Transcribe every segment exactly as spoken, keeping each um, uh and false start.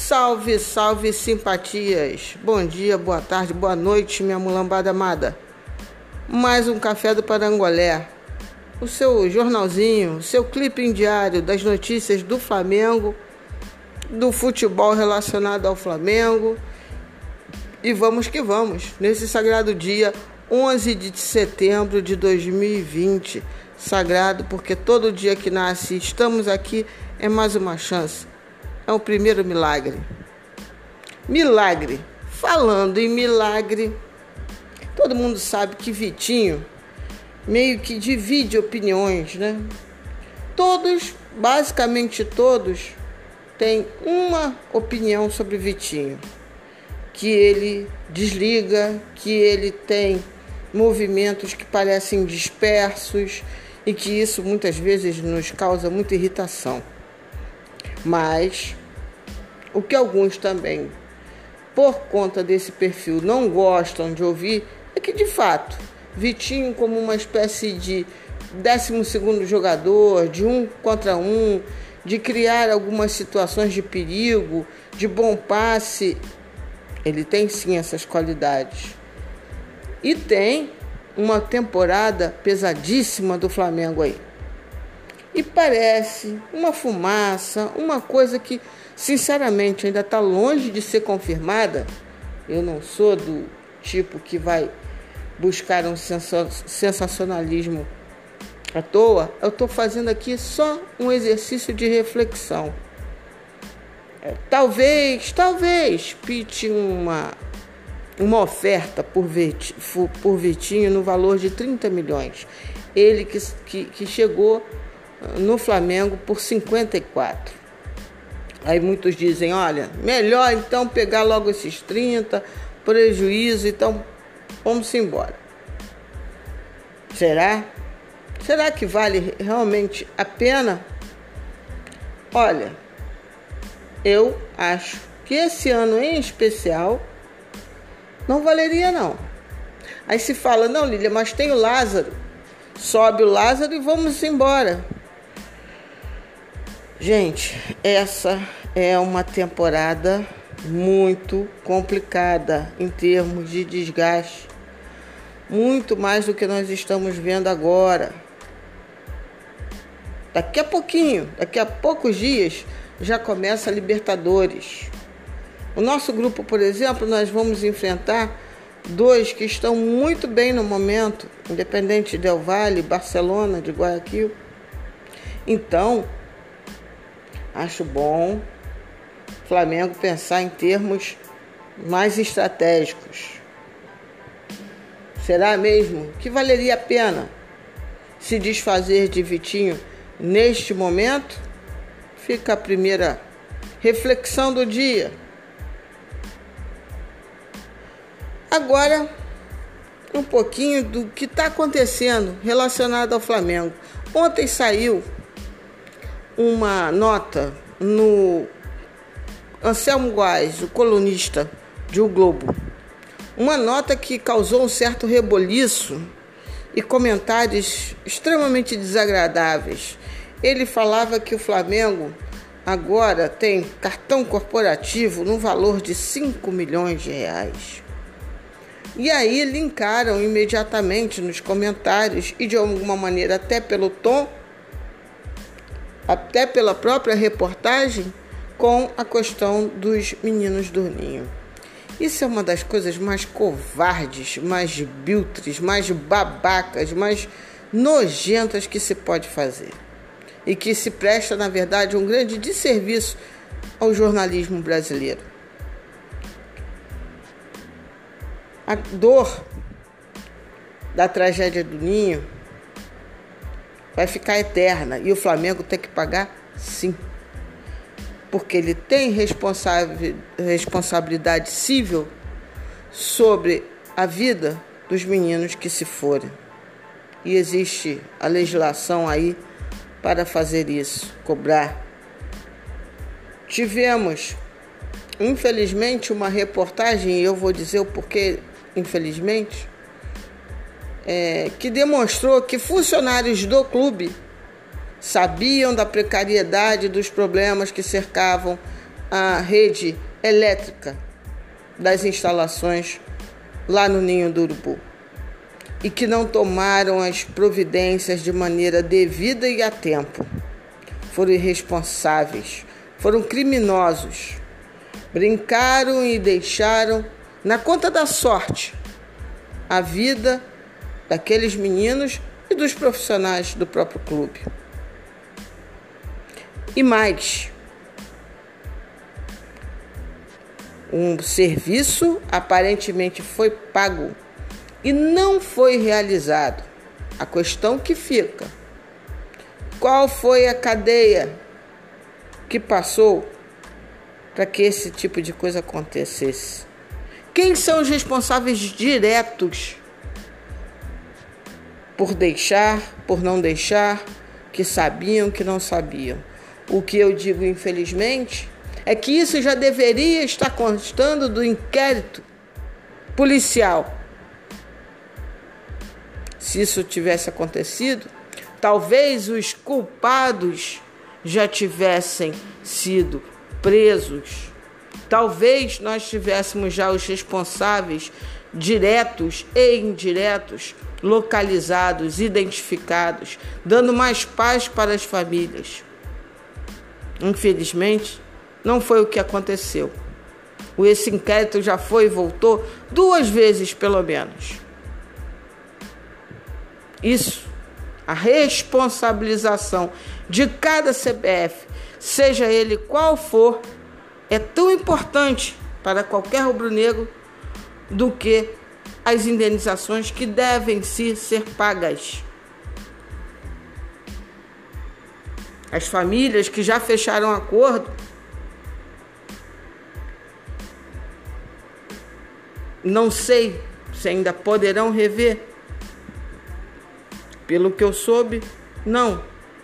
Salve, salve simpatias! Bom dia, boa tarde, boa noite, minha mulambada amada. Mais um café do Parangolé, o seu jornalzinho, o seu clipe diário das notícias do Flamengo, do futebol relacionado ao Flamengo. E vamos que vamos, nesse sagrado dia onze de setembro de dois mil e vinte. Sagrado porque todo dia que nasce estamos aqui é mais uma chance. É o primeiro milagre. Milagre. Falando em milagre, todo mundo sabe que Vitinho meio que divide opiniões, né? Todos, basicamente todos, têm uma opinião sobre Vitinho. Que ele desliga, que ele tem movimentos que parecem dispersos e que isso muitas vezes nos causa muita irritação. Mas o que alguns também, por conta desse perfil, não gostam de ouvir é que, de fato, Vitinho como uma espécie de décimo segundo jogador, de um contra um, de criar algumas situações de perigo, de bom passe, ele tem sim essas qualidades. E tem uma temporada pesadíssima do Flamengo aí. E parece uma fumaça, uma coisa que, sinceramente, ainda está longe de ser confirmada. Eu não sou do tipo que vai buscar um sensacionalismo à toa. Eu estou fazendo aqui só um exercício de reflexão. É, talvez, talvez pinte uma, uma oferta por, Vit, por Vitinho no valor de trinta milhões. Ele que, que, que chegou no Flamengo por cinquenta e quatro. Aí muitos dizem, olha, melhor então pegar logo esses trinta, prejuízo, então vamos embora. Será? Será que vale realmente a pena? Olha, eu acho que esse ano em especial não valeria não. Aí se fala, não Lília, mas tem o Lázaro. Sobe o Lázaro e vamos embora. Gente, essa é uma temporada muito complicada em termos de desgaste. Muito mais do que nós estamos vendo agora. Daqui a pouquinho, daqui a poucos dias, já começa a Libertadores. O nosso grupo, por exemplo, nós vamos enfrentar dois que estão muito bem no momento, Independente Del Valle, Barcelona de Guayaquil. Então, acho bom o Flamengo pensar em termos mais estratégicos. Será mesmo que valeria a pena se desfazer de Vitinho neste momento? Fica a primeira reflexão do dia. Agora, um pouquinho do que está acontecendo relacionado ao Flamengo. Ontem saiu uma nota no Anselmo Guaz, o colunista de O Globo. Uma nota que causou um certo reboliço e comentários extremamente desagradáveis. Ele falava que o Flamengo agora tem cartão corporativo no valor de cinco milhões de reais. E aí linkaram imediatamente nos comentários e de alguma maneira até pelo tom, até pela própria reportagem, com a questão dos meninos do Ninho. Isso é uma das coisas mais covardes, mais biltres, mais babacas, mais nojentas que se pode fazer. E que se presta, na verdade, um grande desserviço ao jornalismo brasileiro. A dor da tragédia do Ninho vai ficar eterna e o Flamengo tem que pagar sim. Porque ele tem responsabilidade civil sobre a vida dos meninos que se forem. E existe a legislação aí para fazer isso, cobrar. Tivemos, infelizmente, uma reportagem, e eu vou dizer o porquê, infelizmente, é, que demonstrou que funcionários do clube sabiam da precariedade dos problemas que cercavam a rede elétrica das instalações lá no Ninho do Urubu e que não tomaram as providências de maneira devida e a tempo. Foram irresponsáveis, foram criminosos, brincaram e deixaram na conta da sorte a vida daqueles meninos e dos profissionais do próprio clube. E mais, um serviço aparentemente foi pago e não foi realizado. A questão que fica: qual foi a cadeia que passou para que esse tipo de coisa acontecesse? Quem são os responsáveis diretos por deixar, por não deixar, que sabiam, que não sabiam? O que eu digo, infelizmente, é que isso já deveria estar constando do inquérito policial. Se isso tivesse acontecido, talvez os culpados já tivessem sido presos. Talvez nós tivéssemos já os responsáveis diretos e indiretos localizados, identificados, dando mais paz para as famílias. Infelizmente, não foi o que aconteceu. Esse inquérito já foi e voltou duas vezes, pelo menos. Isso, a responsabilização de cada C P F, seja ele qual for, é tão importante para qualquer rubro-negro do que as indenizações que devem sim ser pagas. As famílias que já fecharam acordo não sei se ainda poderão rever. Pelo que eu soube, não.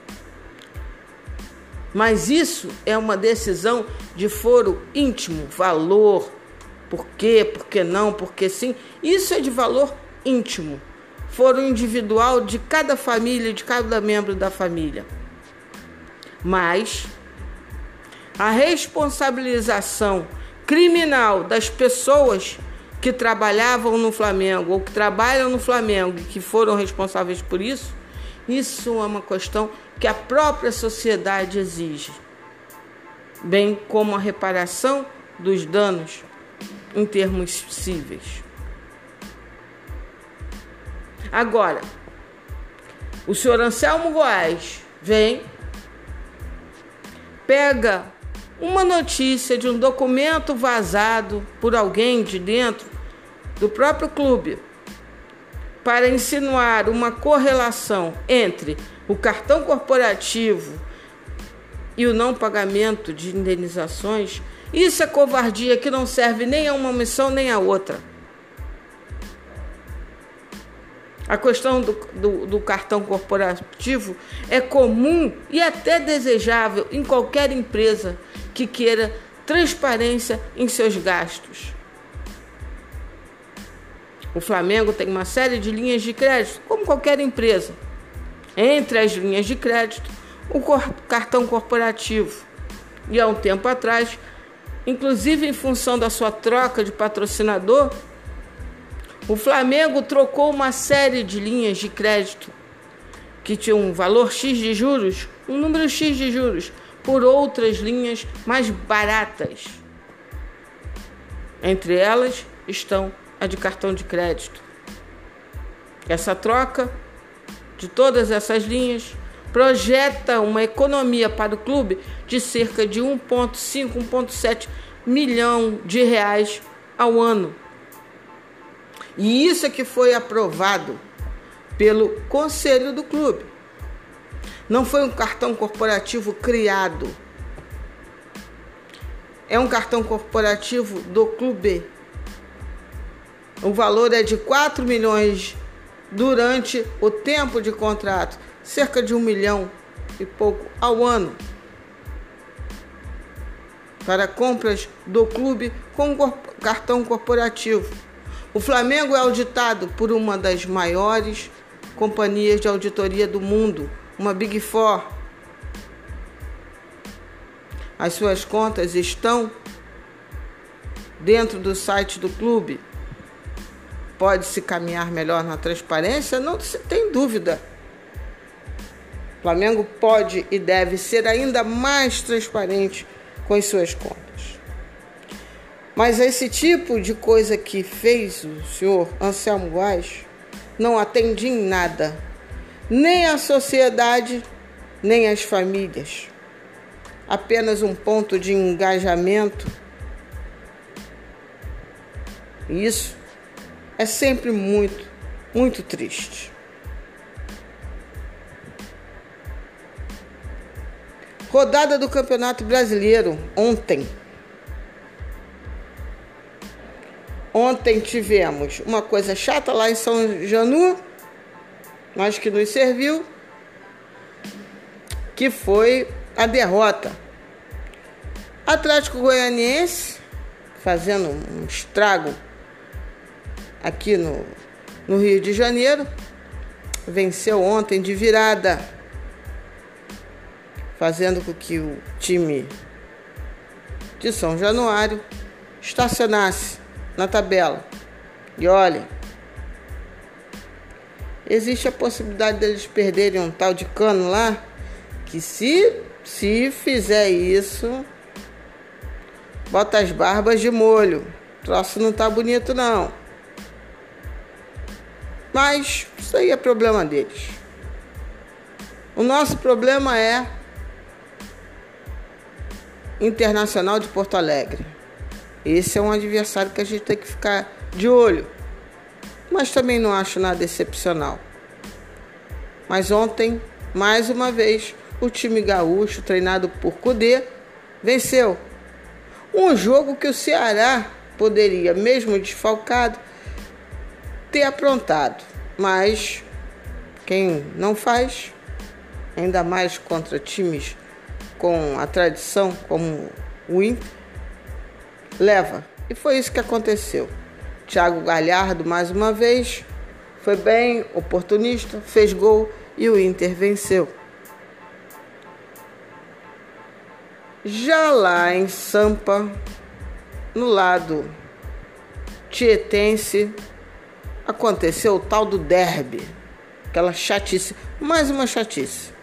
Mas isso é uma decisão de foro íntimo, valor. Por quê? Por que não? Por que sim? Isso é de valor íntimo. Foro individual de cada família, de cada membro da família. Mas a responsabilização criminal das pessoas que trabalhavam no Flamengo ou que trabalham no Flamengo e que foram responsáveis por isso, isso é uma questão que a própria sociedade exige, bem como a reparação dos danos em termos cíveis. Agora, o senhor Anselmo Goaz vem, pega uma notícia de um documento vazado por alguém de dentro do próprio clube para insinuar uma correlação entre o cartão corporativo e o não pagamento de indenizações. Isso é covardia que não serve nem a uma missão nem a outra. A questão do, do, do cartão corporativo é comum e até desejável em qualquer empresa que queira transparência em seus gastos. O Flamengo tem uma série de linhas de crédito, como qualquer empresa. Entre as linhas de crédito, o cartão corporativo. E há um tempo atrás, inclusive em função da sua troca de patrocinador, o Flamengo trocou uma série de linhas de crédito que tinham um valor X de juros, um número X de juros, por outras linhas mais baratas. Entre elas estão a de cartão de crédito. Essa troca de todas essas linhas projeta uma economia para o clube de cerca de um vírgula cinco, um vírgula sete milhão de reais ao ano. E isso é que foi aprovado pelo conselho do clube. Não foi um cartão corporativo criado. É um cartão corporativo do clube. O valor é de quatro milhões durante o tempo de contrato, cerca de um milhão e pouco ao ano, para compras do clube com cartão corporativo. O Flamengo é auditado por uma das maiores companhias de auditoria do mundo, uma Big Four. As suas contas estão dentro do site do clube? Pode-se caminhar melhor na transparência? Não se tem dúvida. O Flamengo pode e deve ser ainda mais transparente com as suas contas. Mas esse tipo de coisa que fez o senhor Anselmo Guas não atende em nada, nem a sociedade, nem as famílias. Apenas um ponto de engajamento. E isso é sempre muito, muito triste. Rodada do Campeonato Brasileiro ontem. Ontem tivemos uma coisa chata lá em São Janu, mas que nos serviu, que foi a derrota. Atlético Goianiense fazendo um estrago aqui no, no Rio de Janeiro, venceu ontem de virada, fazendo com que o time de São Januário estacionasse na tabela. E olha, existe a possibilidade deles perderem um tal de Cano lá, que se, se fizer isso, bota as barbas de molho. O troço não tá bonito não. Mas isso aí é problema deles. O nosso problema é Internacional de Porto Alegre. Esse é um adversário que a gente tem que ficar de olho. Mas também não acho nada excepcional. Mas ontem, mais uma vez, o time gaúcho, treinado por Cudê, venceu. Um jogo que o Ceará poderia, mesmo desfalcado, ter aprontado. Mas quem não faz, ainda mais contra times com a tradição como o Inter, leva. E foi isso que aconteceu. Thiago Galhardo, mais uma vez, foi bem oportunista, fez gol e o Inter venceu. Já lá em Sampa, no lado tietense, aconteceu o tal do derby. Aquela chatice, mais uma chatice.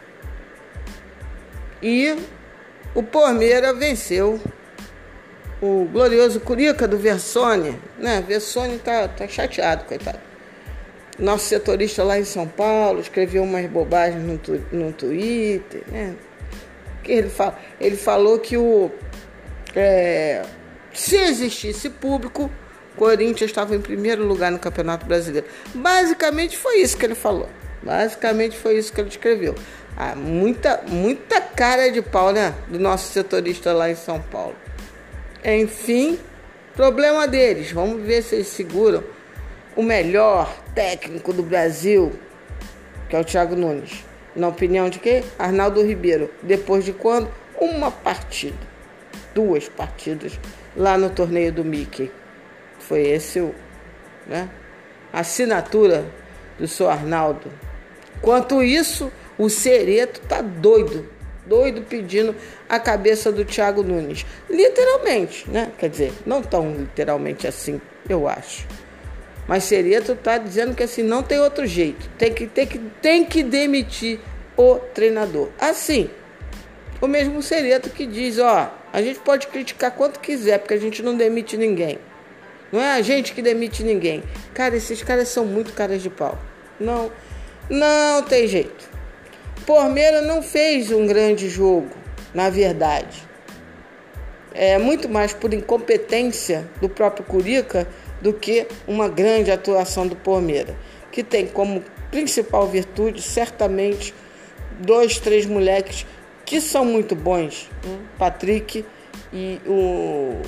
E o Pormeira venceu o glorioso Curica do Versone, né? Versone tá, tá chateado, coitado. Nosso setorista lá em São Paulo escreveu umas bobagens no, tu, no Twitter, né? Que ele, fala, ele falou que o, é, se existisse público, o Corinthians estava em primeiro lugar no Campeonato Brasileiro. Basicamente foi isso que ele falou. Basicamente foi isso que ele escreveu. Ah, muita, muita cara de pau, né? Do nosso setorista lá em São Paulo. Enfim, problema deles. Vamos ver se eles seguram o melhor técnico do Brasil, que é o Thiago Nunes. Na opinião de quem? Arnaldo Ribeiro. Depois de quando? Uma partida. Duas partidas lá no torneio do Mickey. Foi esse o, né? A assinatura do seu Arnaldo. Enquanto isso, o Cereto tá doido. Doido pedindo a cabeça do Thiago Nunes. Literalmente, né? Quer dizer, não tão literalmente assim, eu acho. Mas Cereto tá dizendo que assim, não tem outro jeito. Tem que, tem que, tem que demitir o treinador. Assim, o mesmo Cereto que diz, ó, a gente pode criticar quanto quiser, porque a gente não demite ninguém. Não é a gente que demite ninguém. Cara, esses caras são muito caras de pau. Não, não tem jeito. Pormeira não fez um grande jogo, na verdade. É muito mais por incompetência do próprio Curica do que uma grande atuação do Pormeira, que tem como principal virtude, certamente, dois, três moleques que são muito bons. Né? Patrick e o,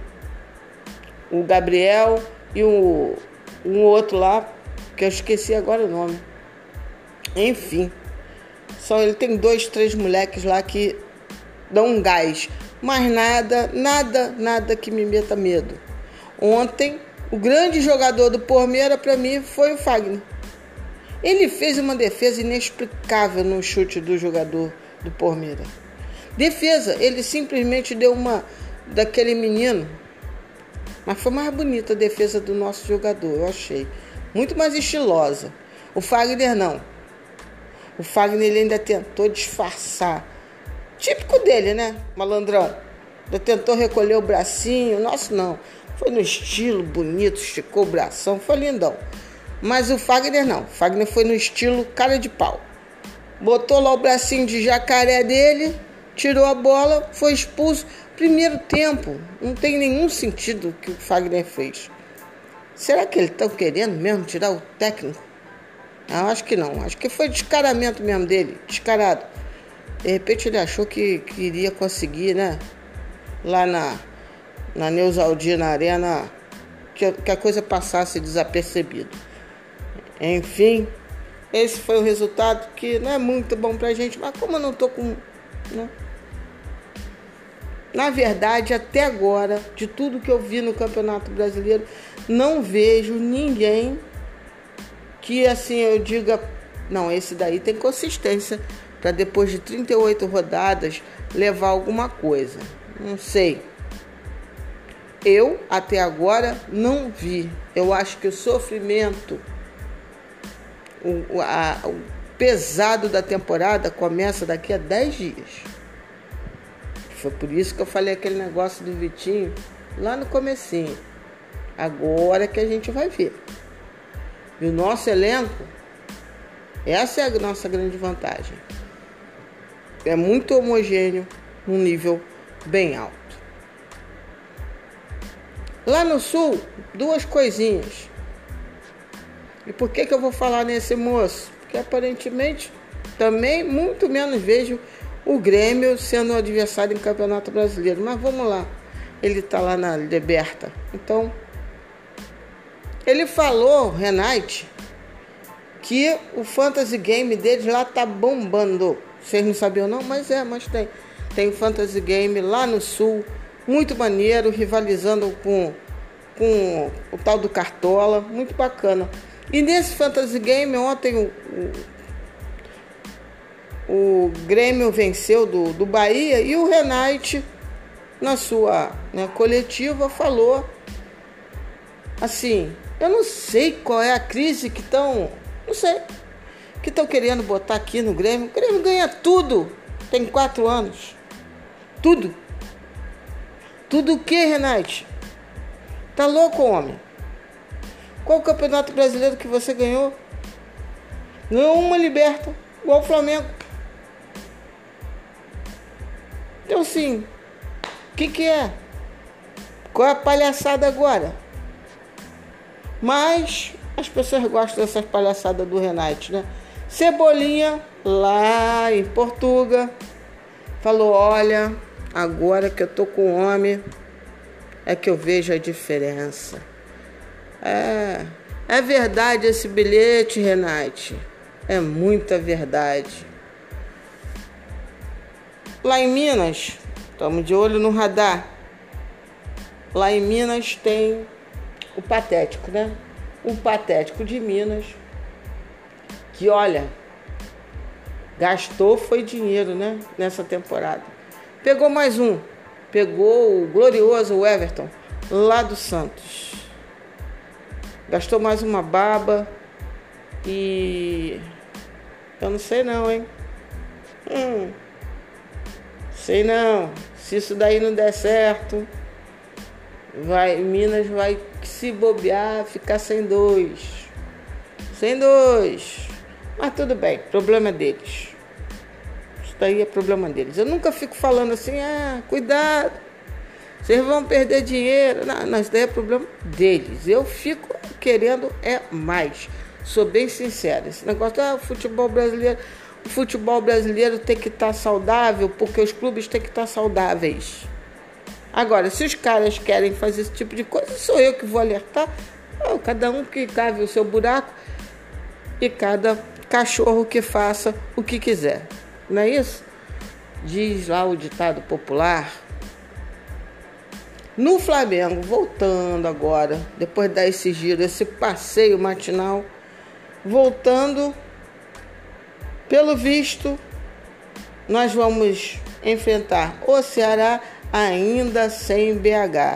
o Gabriel e o um outro lá, que eu esqueci agora o nome. Enfim. Só ele tem dois, três moleques lá que dão um gás. Mas nada, nada, nada que me meta medo. Ontem, o grande jogador do Pormeira para mim foi o Fagner. Ele fez uma defesa inexplicável no chute do jogador do Pormeira. Defesa, ele simplesmente deu uma daquele menino. Mas foi mais bonita a defesa do nosso jogador, eu achei. Muito mais estilosa. O Fagner não. O Fagner ele ainda tentou disfarçar. Típico dele, né? Malandrão. Ainda tentou recolher o bracinho. Nosso não. Foi no estilo bonito, esticou o bração. Foi lindão. Mas o Fagner não. O Fagner foi no estilo cara de pau. Botou lá o bracinho de jacaré dele. Tirou a bola. Foi expulso. Primeiro tempo. Não tem nenhum sentido o que o Fagner fez. Será que eles estão querendo mesmo tirar o técnico? Eu acho que não. Acho que foi descaramento mesmo dele. Descarado. De repente ele achou que, que iria conseguir, né? Lá na, na Neusaldina Arena, que, que a coisa passasse desapercebido. Enfim, esse foi o resultado que não é muito bom pra gente. Mas como eu não tô com... Né? Na verdade, até agora, de tudo que eu vi no Campeonato Brasileiro, não vejo ninguém que assim eu diga, não, esse daí tem consistência para depois de trinta e oito rodadas levar alguma coisa. Não sei. Eu, até agora, não vi. Eu acho que o sofrimento, o, a, o pesado da temporada começa daqui a dez dias. Foi por isso que eu falei aquele negócio do Vitinho lá no comecinho. Agora que a gente vai ver. E o nosso elenco, essa é a nossa grande vantagem. É muito homogêneo, num nível bem alto. Lá no Sul, duas coisinhas. E por que que eu vou falar nesse moço? Porque aparentemente também muito menos vejo o Grêmio sendo um adversário em Campeonato Brasileiro. Mas vamos lá. Ele está lá na Liberta. Então, ele falou, Renate, que o Fantasy Game deles lá tá bombando. Vocês não sabiam não? Mas é, mas tem. Tem o Fantasy Game lá no Sul, muito maneiro, rivalizando com, com o tal do Cartola, muito bacana. E nesse Fantasy Game, ontem o, o, o Grêmio venceu do, do Bahia e o Renate, na sua né, coletiva, falou assim, eu não sei qual é a crise que estão, não sei, que estão querendo botar aqui no Grêmio. O Grêmio ganha tudo, tem quatro anos, tudo. Tudo o que, Renate? Tá louco, homem? Qual o campeonato brasileiro que você ganhou? Ganhou uma Liberta, igual o Flamengo. Então, sim, o que que é? Qual é a palhaçada agora? Mas as pessoas gostam dessas palhaçadas do Renate, né? Cebolinha, lá em Portugal, falou, olha, agora que eu tô com homem, é que eu vejo a diferença. É, é verdade esse bilhete, Renate. É muita verdade. Lá em Minas, estamos de olho no radar. Lá em Minas tem o Patético, né? O Patético de Minas, que olha, gastou foi dinheiro, né? Nessa temporada. Pegou mais um. Pegou o glorioso Everton, lá do Santos. Gastou mais uma baba. E eu não sei não, hein? Hum, sei não. Se isso daí não der certo, vai, Minas vai se bobear, ficar sem dois. Sem dois. Mas tudo bem, problema é deles. Isso daí é problema deles. Eu nunca fico falando assim, ah, cuidado, vocês vão perder dinheiro. Não, não, isso daí é problema deles. Eu fico querendo é mais. Sou bem sincero. Esse negócio do ah, futebol brasileiro, o futebol brasileiro tem que estar saudável, porque os clubes têm que estar saudáveis. Agora, se os caras querem fazer esse tipo de coisa, sou eu que vou alertar. Oh, cada um que cave o seu buraco e cada cachorro que faça o que quiser. Não é isso? Diz lá o ditado popular. No Flamengo, voltando agora, depois de dar esse giro, esse passeio matinal, voltando, pelo visto, nós vamos enfrentar o Ceará ainda sem B H.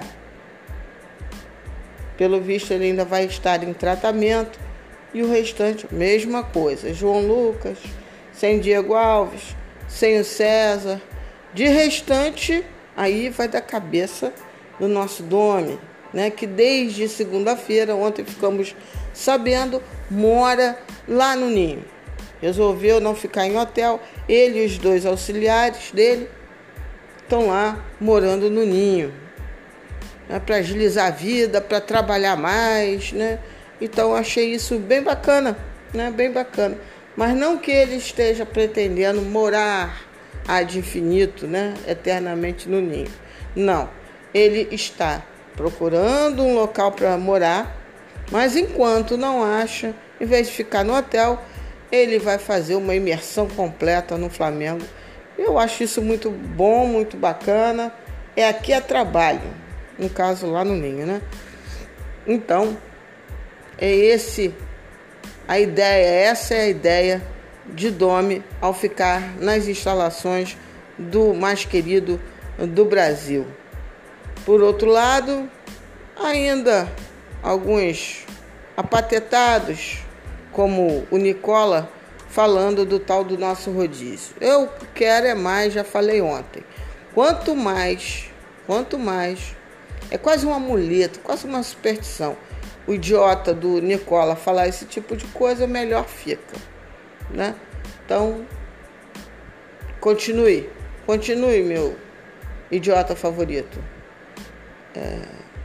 Pelo visto, ele ainda vai estar em tratamento e o restante, mesma coisa. João Lucas, sem Diego Alves, sem o César. De restante, aí vai da cabeça do nosso Domi, né, que desde segunda-feira, ontem ficamos sabendo, mora lá no Ninho. Resolveu não ficar em hotel. Ele e os dois auxiliares dele estão lá morando no Ninho, né, para agilizar a vida, para trabalhar mais, né? Então achei isso bem bacana, né? Bem bacana. Mas não que ele esteja pretendendo morar ad infinito, né? Eternamente no Ninho. Não. Ele está procurando um local para morar, mas enquanto não acha, em vez de ficar no hotel, ele vai fazer uma imersão completa no Flamengo. Eu acho isso muito bom, muito bacana. É aqui a trabalho, no caso lá no Ninho, né? Então, é esse a ideia, essa é a ideia de Domi ao ficar nas instalações do mais querido do Brasil. Por outro lado, ainda alguns apatetados, como o Nicola, falando do tal do nosso rodízio. Eu quero é mais, já falei ontem. Quanto mais, quanto mais, é quase um amuleto, quase uma superstição. O idiota do Nicola falar esse tipo de coisa, melhor fica, né? Então, continue, continue, meu idiota favorito. É...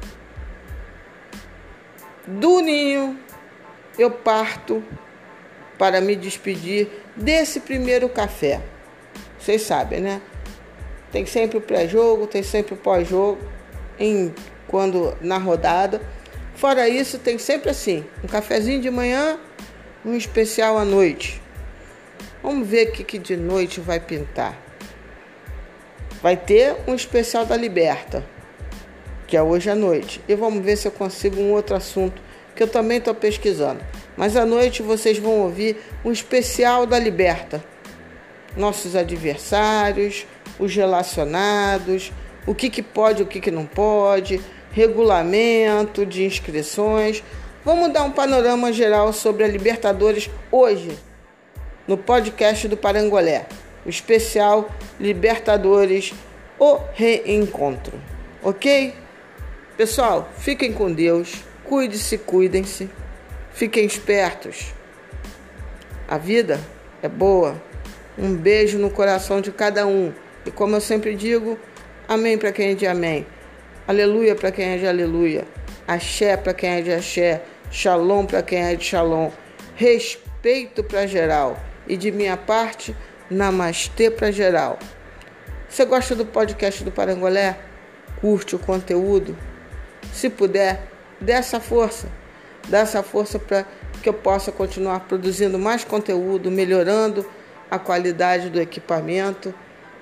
Do Ninho, eu parto para me despedir desse primeiro café. Vocês sabem, né? Tem sempre o pré-jogo, tem sempre o pós-jogo, em, quando na rodada. Fora isso, tem sempre assim, um cafezinho de manhã, um especial à noite. Vamos ver o que, que de noite vai pintar. Vai ter um especial da Liberta, que é hoje à noite. E vamos ver se eu consigo um outro assunto, que eu também estou pesquisando. Mas à noite vocês vão ouvir um especial da Liberta. Nossos adversários, os relacionados, o que, que pode, o que, que não pode, regulamento de inscrições. Vamos dar um panorama geral sobre a Libertadores hoje, no podcast do Parangolé. O especial Libertadores, o reencontro. Ok? Pessoal, fiquem com Deus. Cuide-se, cuidem-se. Fiquem espertos. A vida é boa. Um beijo no coração de cada um. E como eu sempre digo, amém para quem é de amém. Aleluia para quem é de aleluia. Axé para quem é de axé. Shalom para quem é de shalom. Respeito para geral. E de minha parte, namastê para geral. Você gosta do podcast do Parangolé? Curte o conteúdo? Se puder, dê essa força. Dá essa força para que eu possa continuar produzindo mais conteúdo, melhorando a qualidade do equipamento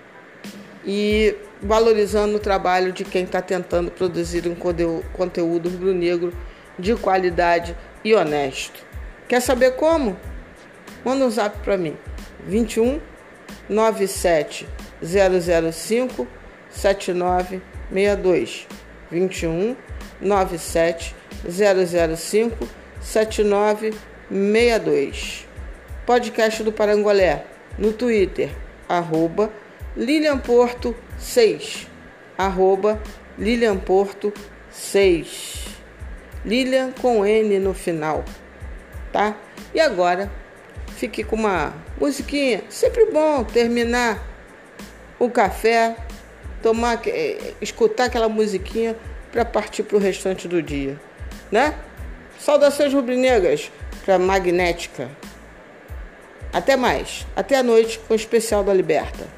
e valorizando o trabalho de quem está tentando produzir um conteúdo rubro-negro de qualidade e honesto. Quer saber como? Manda um zap para mim, vinte e um, noventa e sete, zero zero cinco, sete nove seis dois, vinte e um, noventa e sete, zero zero cinco, sete nove seis dois. Podcast do Parangolé, no Twitter, arroba Lilian Porto seis, arroba Lilian Porto seis. Lilian com N no final, tá? E agora, fique com uma musiquinha. Sempre bom terminar o café, tomar, escutar aquela musiquinha para partir para o restante do dia, né? Saudações rubro-negras para Magnética. Até mais. Até a noite com o especial da Liberta.